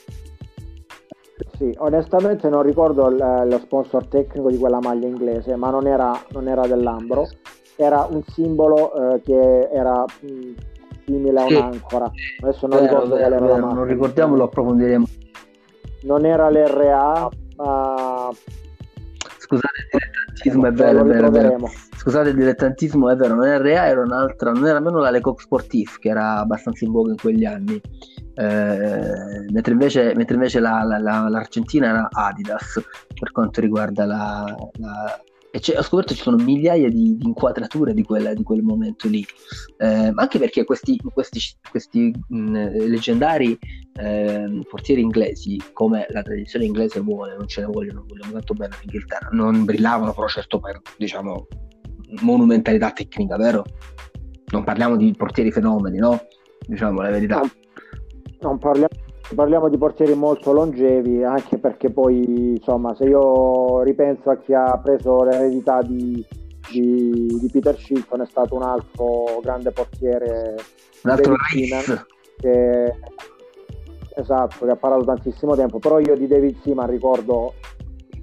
Sì, onestamente non ricordo lo sponsor tecnico di quella maglia inglese, ma non era dell'Ambro, era un simbolo che era simile a un'ancora. Adesso non ricordo qual era la marca. Non ricordiamo, lo approfondiremo. Non era l'RA, ma scusate il dilettantismo, è vero. Scusate il dilettantismo, è vero, non era RA, era un'altra, non era nemmeno la Lecoq Sportif, che era abbastanza in voga in quegli anni, mentre invece l'Argentina era Adidas per quanto riguarda ho scoperto ci sono migliaia di inquadrature di quel momento lì, ma anche perché questi leggendari portieri inglesi, come la tradizione inglese vuole, non ce ne vogliono tanto bene l'Inghilterra, non brillavano però certo per, diciamo, monumentalità tecnica, vero? Non parliamo di portieri fenomeni, no? Diciamo la verità. Non parliamo di portieri molto longevi, anche perché poi, insomma, se io ripenso a chi ha preso l'eredità di Peter Shilton, è stato un altro grande portiere, un altro che ha parato tantissimo tempo. Però io di David Seaman ricordo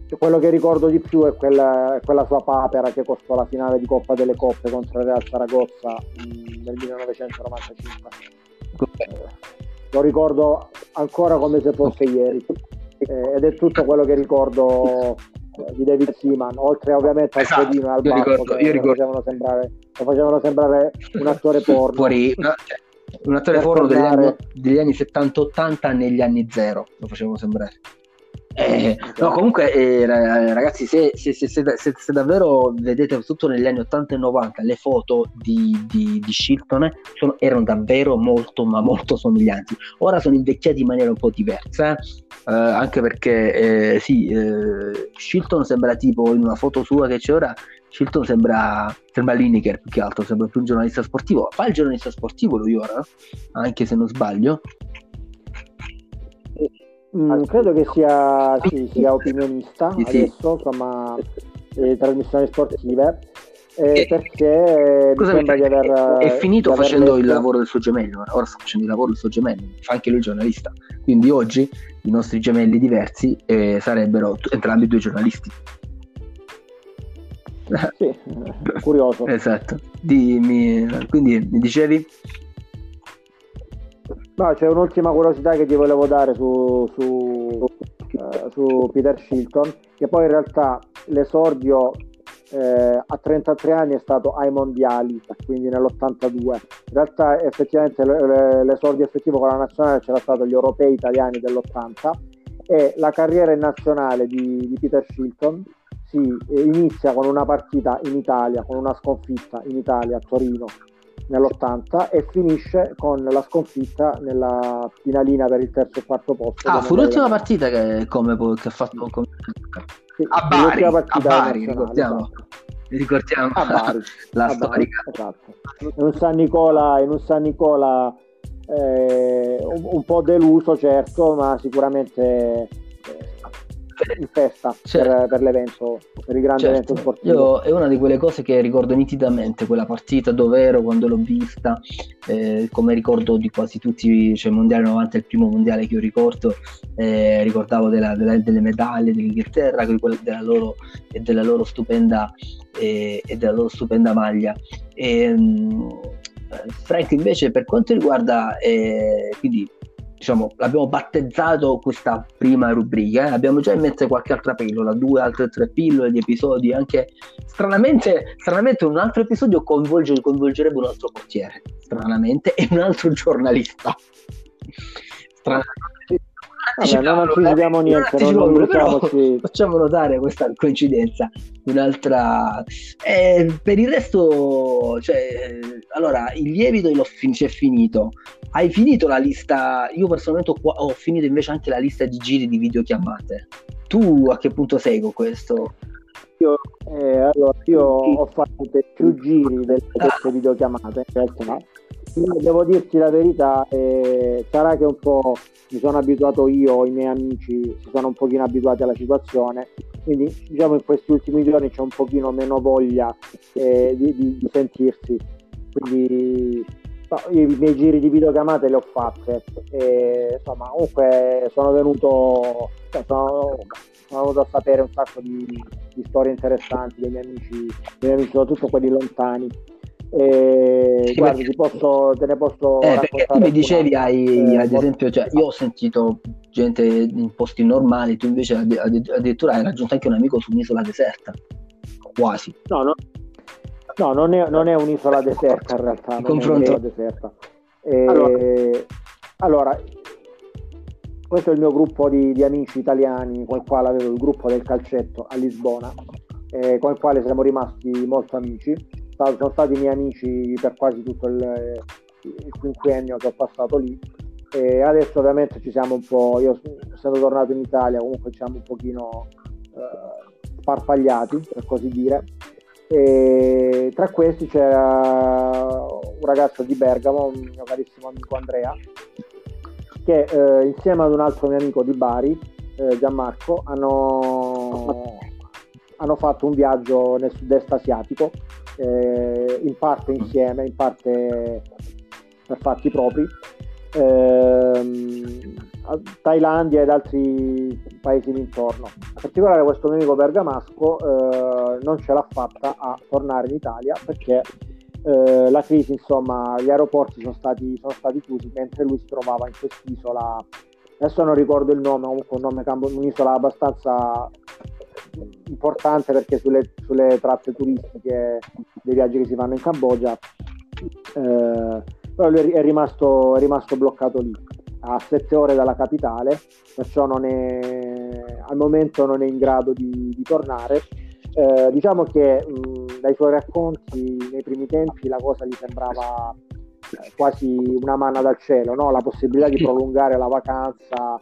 quello che ricordo di più è quella sua papera che costò la finale di Coppa delle Coppe contro il Real Saragozza nel 1995. Lo ricordo ancora come se fosse ieri, ed è tutto quello che ricordo di David Seaman, oltre ovviamente al codino e al baffo che lo facevano sembrare un attore porno. Un attore porno degli anni 70-80 negli anni 0 lo facevano sembrare. No, comunque ragazzi, se davvero vedete tutto negli anni 80 e 90 le foto di Shilton erano davvero molto ma molto somiglianti. Ora sono invecchiati in maniera un po' diversa, anche perché Shilton sembra tipo, in una foto sua che c'è ora, Shilton sembra Lineker, più che altro sembra più un giornalista sportivo. Fa il giornalista sportivo lui ora, anche se non sbaglio. Credo che sia opinionista adesso, insomma, trasmissioni sportive, perché mi sembra di aver è finito facendo il lavoro del suo gemello. Ora sta facendo il lavoro del suo gemello, fa anche lui giornalista, quindi oggi i nostri gemelli diversi sarebbero entrambi due giornalisti. Sì, curioso. Esatto. Quindi mi dicevi? No, c'è un'ultima curiosità che ti volevo dare su Peter Shilton, che poi in realtà l'esordio a 33 anni è stato ai mondiali, quindi nell'82. In realtà effettivamente l'esordio effettivo con la nazionale c'era stato agli europei italiani dell'80, e la carriera in nazionale di Peter Shilton si inizia con una partita in Italia, con una sconfitta in Italia a Torino nell'80, e finisce con la sconfitta nella finalina per il terzo e quarto posto. Fu l'ultima partita che ha fatto a Bari, ricordiamo a Bari, la storica. Esatto. In un San Nicola un po' deluso, certo, ma sicuramente in festa, per l'evento, per il grande evento sportivo. È una di quelle cose che ricordo nitidamente, quella partita, dov'ero quando l'ho vista, come ricordo di quasi tutti, cioè il mondiale 90 è il primo mondiale che io ricordo, ricordavo delle medaglie dell'Inghilterra, della loro stupenda maglia. Frank, invece, per quanto riguarda quindi, diciamo, l'abbiamo battezzato questa prima rubrica, abbiamo già in mente qualche altra pillola, 2 altre 3 pillole di episodi, anche stranamente un altro episodio coinvolgerebbe un altro portiere, stranamente, e un altro giornalista. Non anticipiamo niente, però facciamo notare questa coincidenza. Un'altra per il resto, cioè, allora, il lievito si è finito. Hai finito la lista? Io personalmente ho finito invece anche la lista di giri di videochiamate. Tu a che punto sei con questo? Io ho fatto più giri delle queste videochiamate, in realtà. Devo dirti la verità, sarà che un po' mi sono abituato io, i miei amici si sono un pochino abituati alla situazione, quindi diciamo in questi ultimi giorni c'è un pochino meno voglia di sentirsi, quindi i miei giri di videochiamate le ho fatte, insomma, comunque sono venuto a sapere un sacco di storie interessanti dei miei amici, soprattutto quelli lontani. Guarda, te ne posso perché tu mi dicevi ad esempio, cioè, io ho sentito gente in posti normali, tu invece addirittura hai raggiunto anche un amico su un'isola deserta, quasi. No, non è un'isola deserta in realtà, non è un'isola deserta. Allora, questo è il mio gruppo di amici italiani, con il quale avevo il gruppo del calcetto a Lisbona, con il quale siamo rimasti molto amici. Sono stati miei amici per quasi tutto il quinquennio che ho passato lì, e adesso ovviamente ci siamo un po', io essendo tornato in Italia comunque ci siamo un pochino sparpagliati, per così dire, e tra questi c'era un ragazzo di Bergamo, un mio carissimo amico Andrea, che insieme ad un altro mio amico di Bari, Gianmarco, hanno fatto un viaggio nel sud-est asiatico, in parte insieme, in parte per fatti propri. Thailandia ed altri paesi d'intorno. In particolare questo mio amico bergamasco non ce l'ha fatta a tornare in Italia perché la crisi, insomma, gli aeroporti sono stati chiusi mentre lui si trovava in quest'isola, adesso non ricordo il nome, comunque un'isola abbastanza importante perché sulle tratte turistiche dei viaggi che si fanno in Cambogia, però lui è rimasto bloccato lì a 7 ore dalla capitale, perciò al momento non è in grado di tornare. Diciamo che dai suoi racconti nei primi tempi la cosa gli sembrava quasi una manna dal cielo, no? La possibilità di prolungare la vacanza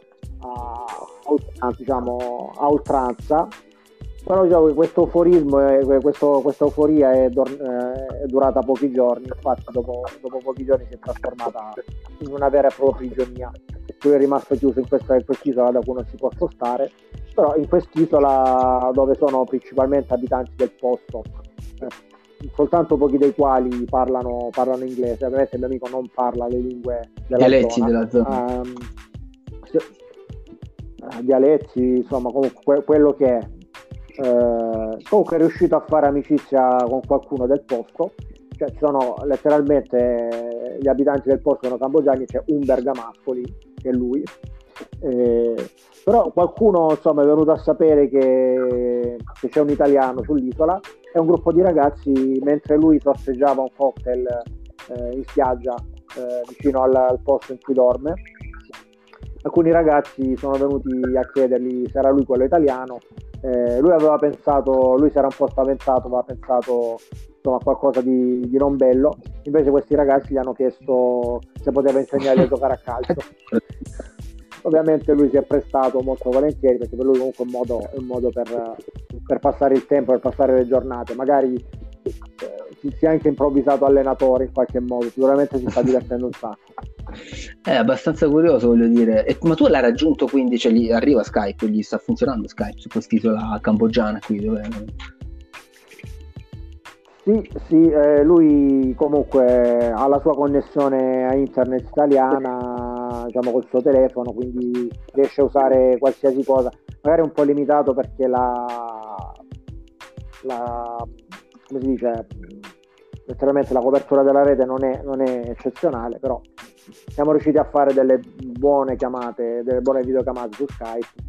a oltranza. Però diciamo che questo euforismo, questa euforia è durata pochi giorni, infatti dopo pochi giorni si è trasformata in una vera e propria prigionia. Lui è rimasto chiuso in quest'isola da cui non si può spostare, però in quest'isola dove sono principalmente abitanti del posto, soltanto pochi dei quali parlano inglese, ovviamente il mio amico non parla le lingue della zona. Dialetti, insomma, comunque quello che è. Comunque è riuscito a fare amicizia con qualcuno del posto, cioè ci sono letteralmente gli abitanti del posto sono cambogiani, c'è un bergamasco lì che è lui, però qualcuno insomma è venuto a sapere che c'è un italiano sull'isola e un gruppo di ragazzi, mentre lui sorseggiava un cocktail in spiaggia vicino al posto in cui dorme, alcuni ragazzi sono venuti a chiedergli se era lui quello italiano. Lui si era un po' spaventato, aveva pensato insomma a qualcosa di non bello, invece questi ragazzi gli hanno chiesto se poteva insegnargli a giocare a calcio. Ovviamente lui si è prestato molto volentieri, perché per lui comunque è un modo per passare il tempo, per passare le giornate, magari si è anche improvvisato allenatore in qualche modo, sicuramente si sta divertendo un sacco. È abbastanza curioso, voglio dire. Ma tu l'hai raggiunto, quindi gli arriva Skype, gli sta funzionando Skype su quest'isola cambogiana qui dove... Sì, lui comunque ha la sua connessione a internet italiana, diciamo col suo telefono, quindi riesce a usare qualsiasi cosa, magari un po' limitato perché come si dice, letteralmente la copertura della rete non è eccezionale, però siamo riusciti a fare delle buone videochiamate su Skype.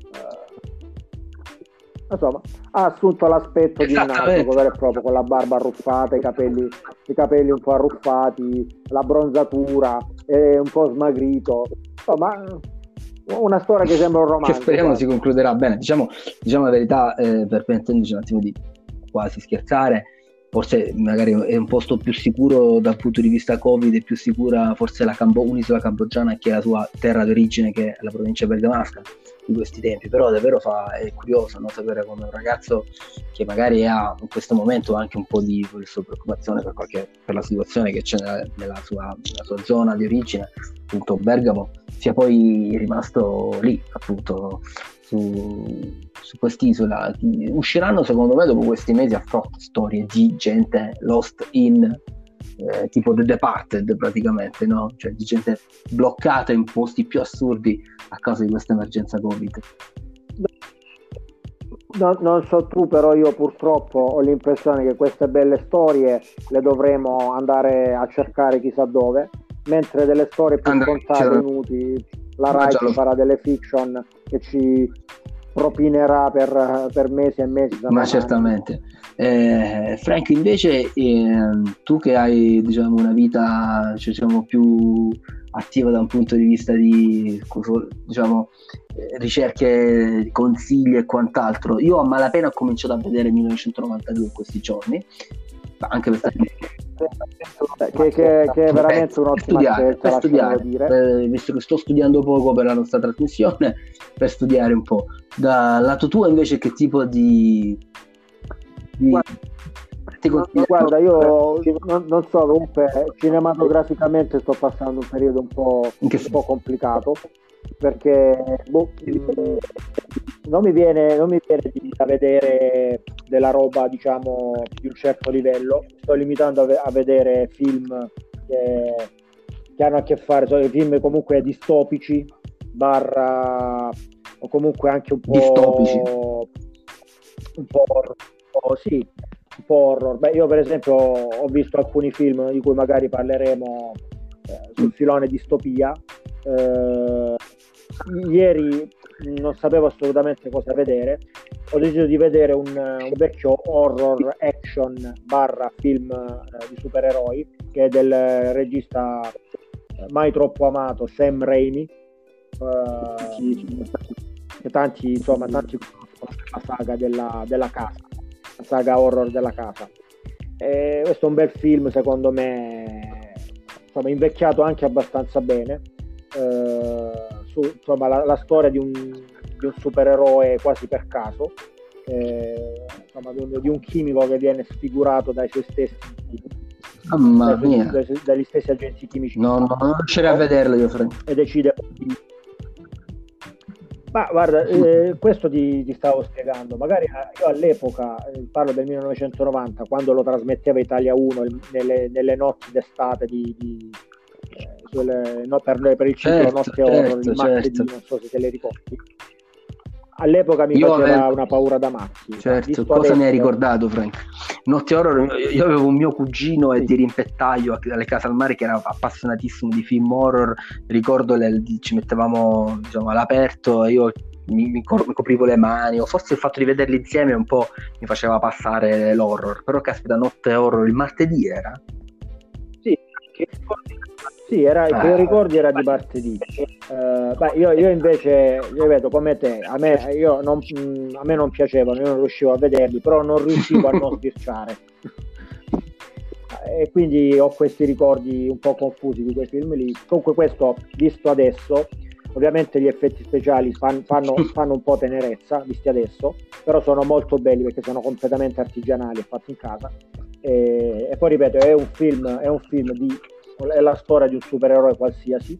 Insomma, ha assunto l'aspetto di un naufrago vero e proprio, con la barba arruffata, i capelli un po' arruffati, la bronzatura, è un po' smagrito, insomma una storia che sembra un romanzo, che speriamo si concluderà bene. Diciamo la verità, per permetterci un attimo di quasi scherzare, forse magari è un posto più sicuro dal punto di vista Covid, è più sicura forse un'isola cambogiana che è la sua terra d'origine, che è la provincia bergamasca di questi tempi, però davvero è curioso, no? Sapere come un ragazzo che magari ha in questo momento anche un po' di preoccupazione per la situazione che c'è nella sua zona di origine, appunto Bergamo, sia poi rimasto lì appunto su quest'isola. Usciranno secondo me dopo questi mesi a frotto storie di gente lost in tipo The Departed praticamente, no? Cioè di gente bloccata in posti più assurdi a causa di questa emergenza Covid. No, non so tu, però io purtroppo ho l'impressione che queste belle storie le dovremo andare a cercare chissà dove, mentre delle storie più scontate, inutili, la Rai farà delle fiction che ci propinerà per mesi e mesi. Ma certamente. Frank, invece tu che hai, diciamo, una vita, diciamo, più attiva da un punto di vista di, diciamo, ricerche, consigli e quant'altro, io a malapena ho cominciato a vedere 1992 in questi giorni, anche per che è veramente un'ottima scelta, per studiare, visto che sto studiando poco per la nostra trasmissione, per studiare un po'. Dal lato tuo invece che tipo di guarda, io non so, comunque cinematograficamente sto passando un periodo un po' complicato, perché non mi viene da vedere della roba, diciamo, di un certo livello. Sto limitando a vedere film che hanno a che fare, sono film comunque distopici, barra o comunque anche un po' distopici, un po' sì, un po' horror. Beh, io per esempio ho visto alcuni film di cui magari parleremo sul filone distopia. Ieri non sapevo assolutamente cosa vedere, ho deciso di vedere un vecchio horror action barra film di supereroi, che è del regista mai troppo amato Sam Raimi, che tanti conoscono la saga della casa, la saga horror della casa. E questo è un bel film, secondo me, insomma, invecchiato anche abbastanza bene, insomma, la storia di un supereroe quasi per caso, insomma, di un chimico che viene sfigurato dai suoi stessi, dagli stessi agenti chimici. Non riuscirei a vederlo io, Frank. E decide. Ma guarda, questo ti stavo spiegando. Magari io all'epoca, parlo del 1990, quando lo trasmetteva Italia 1 nelle notti d'estate per il ciclo Notte Horror, il martedì, non so se te le ricordi. All'epoca mi faceva una paura da matti. Certo, cosa adesso... ne hai ricordato, Frank? Notte Horror, io avevo un mio cugino e di rimpettaio alle Case al Mare che era appassionatissimo di film horror. Ricordo ci mettevamo, diciamo, all'aperto e io mi coprivo le mani, o forse il fatto di vederli insieme un po' mi faceva passare l'horror. Però caspita, Notte Horror il martedì era? Sì, era, che ricordi era di martedì. Io invece, io vedo come te, a me non piacevano, io non riuscivo a vederli, però non riuscivo a non sbirciare. E quindi ho questi ricordi un po' confusi di quei film lì. Comunque questo, visto adesso, ovviamente gli effetti speciali fanno un po' tenerezza, visti adesso, però sono molto belli perché sono completamente artigianali e fatti in casa. E poi ripeto, è un film è la storia di un supereroe qualsiasi,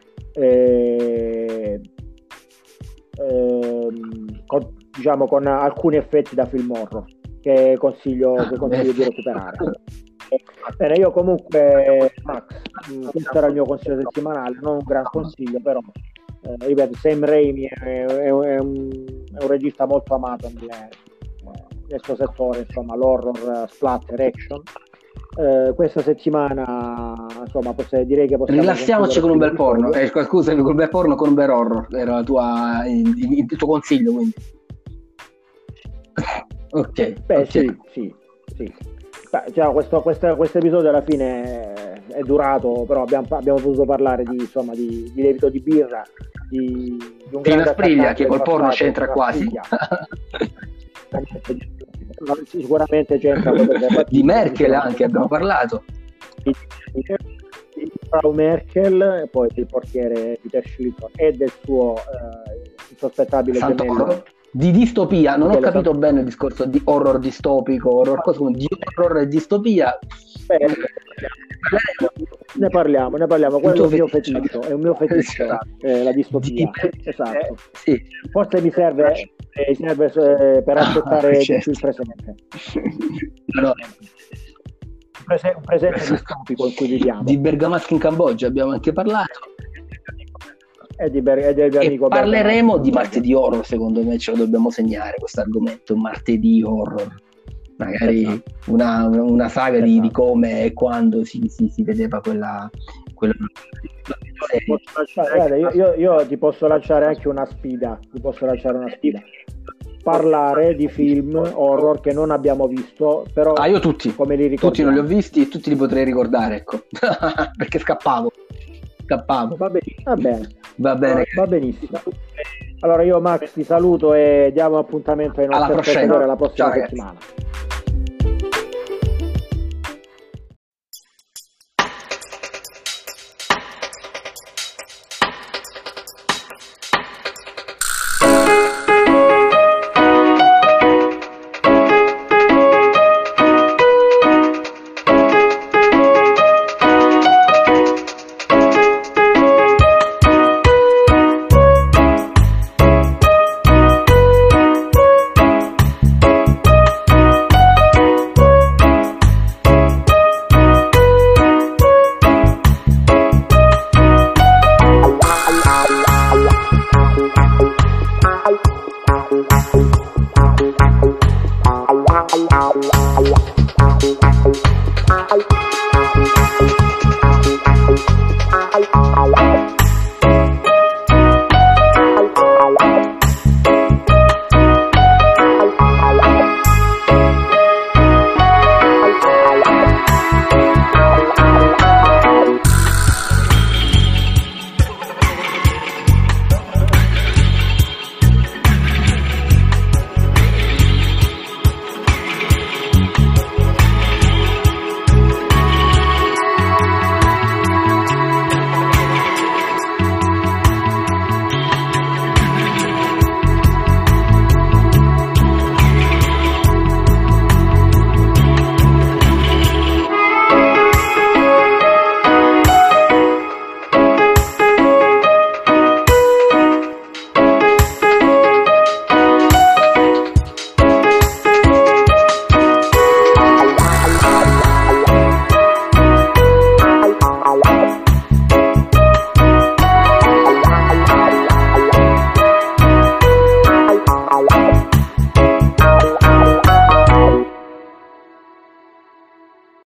con alcuni effetti da film horror che consiglio di recuperare. Bene, io comunque, Max, questo era il mio consiglio settimanale, non un gran consiglio, però ripeto, Sam Raimi è un regista molto amato nel suo settore, insomma, l'horror, splatter, action. Questa settimana, insomma, direi che possiamo rilassiamoci con un bel porno. Scusami, con un bel porno, con un bel horror era il tuo consiglio, quindi. Ok. Beh, okay. Sì. Beh, questo episodio alla fine è durato, però abbiamo potuto parlare di lievito di birra, di un grande Spriglia che col porno c'entra quasi. Sicuramente c'entra di Merkel anche abbiamo parlato di Frau Merkel, poi del portiere Peter Shilton e del suo insospettabile gemello di distopia. Non ho capito bene il discorso di horror distopico, di horror e distopia. Ne parliamo, quello è un mio feticcio, la distopia. Esatto. Sì. Forse mi serve per accettare certo. Il presente. No. Un presente distopico in cui viviamo. Di Bergamasco in Cambogia abbiamo anche parlato. E parleremo di martedì horror, secondo me ce lo dobbiamo segnare questo argomento, martedì horror. Magari una saga di come e quando si vedeva quella io ti posso lanciare anche una sfida. Parlare di film horror che non abbiamo visto, però io tutti, come li ricordo, tutti non li ho visti e tutti li potrei ricordare, ecco. Perché scappavo. Va benissimo. Allora io, Max, ti saluto e diamo appuntamento ai nostri spettatori alla prossima settimana.